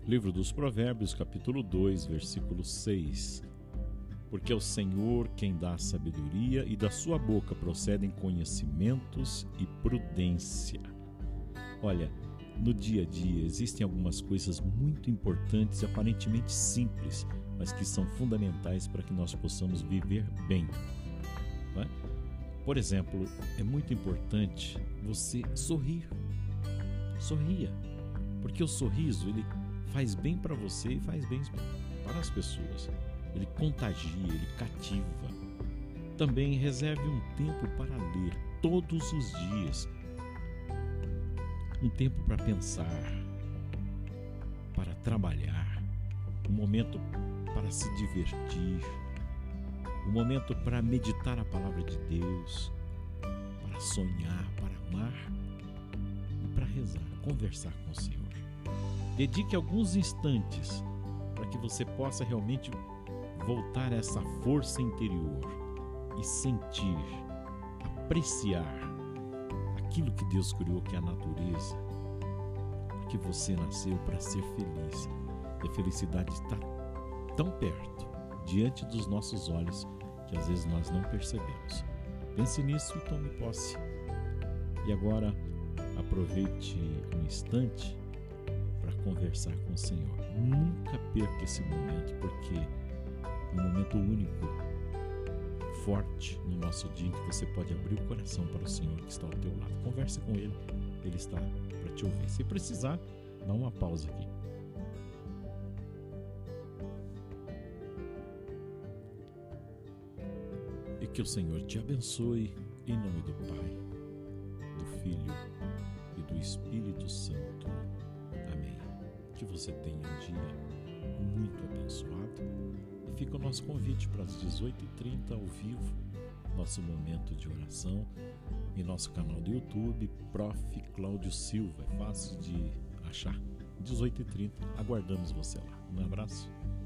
Livro dos Provérbios, capítulo 2, versículo 6. Porque é o Senhor quem dá a sabedoria, e da sua boca procedem conhecimentos e prudência. Olha, no dia a dia existem algumas coisas muito importantes e aparentemente simples, mas que são fundamentais para que nós possamos viver bem. Não é? Por exemplo, é muito importante você sorrir. Sorria, porque o sorriso ele faz bem para você e faz bem para as pessoas. Ele contagia, ele cativa. Também reserve um tempo para ler todos os dias. Um tempo para pensar, para trabalhar, um momento para se divertir, um momento para meditar a palavra de Deus, para sonhar, para amar e para rezar, conversar com o Senhor. Dedique alguns instantes para que você possa realmente voltar a essa força interior e sentir, apreciar aquilo que Deus criou, que é a natureza, porque você nasceu para ser feliz. E a felicidade está tão perto, diante dos nossos olhos, que às vezes nós não percebemos. Pense nisso e tome posse. E agora, aproveite um instante para conversar com o Senhor. Nunca perca esse momento, porque é um momento único, forte no nosso dia, em que você pode abrir o coração para o Senhor que está ao teu lado. Converse com Ele, Ele está para te ouvir. Se precisar, dá uma pausa aqui. E que o Senhor te abençoe, em nome do Pai, do Filho e do Espírito Santo. Amém. Que você tenha um dia muito abençoado. E fica o nosso convite para as 18h30 ao vivo, nosso momento de oração em nosso canal do YouTube, Prof. Cláudio Silva. É fácil de achar. 18h30, aguardamos você lá. Um abraço.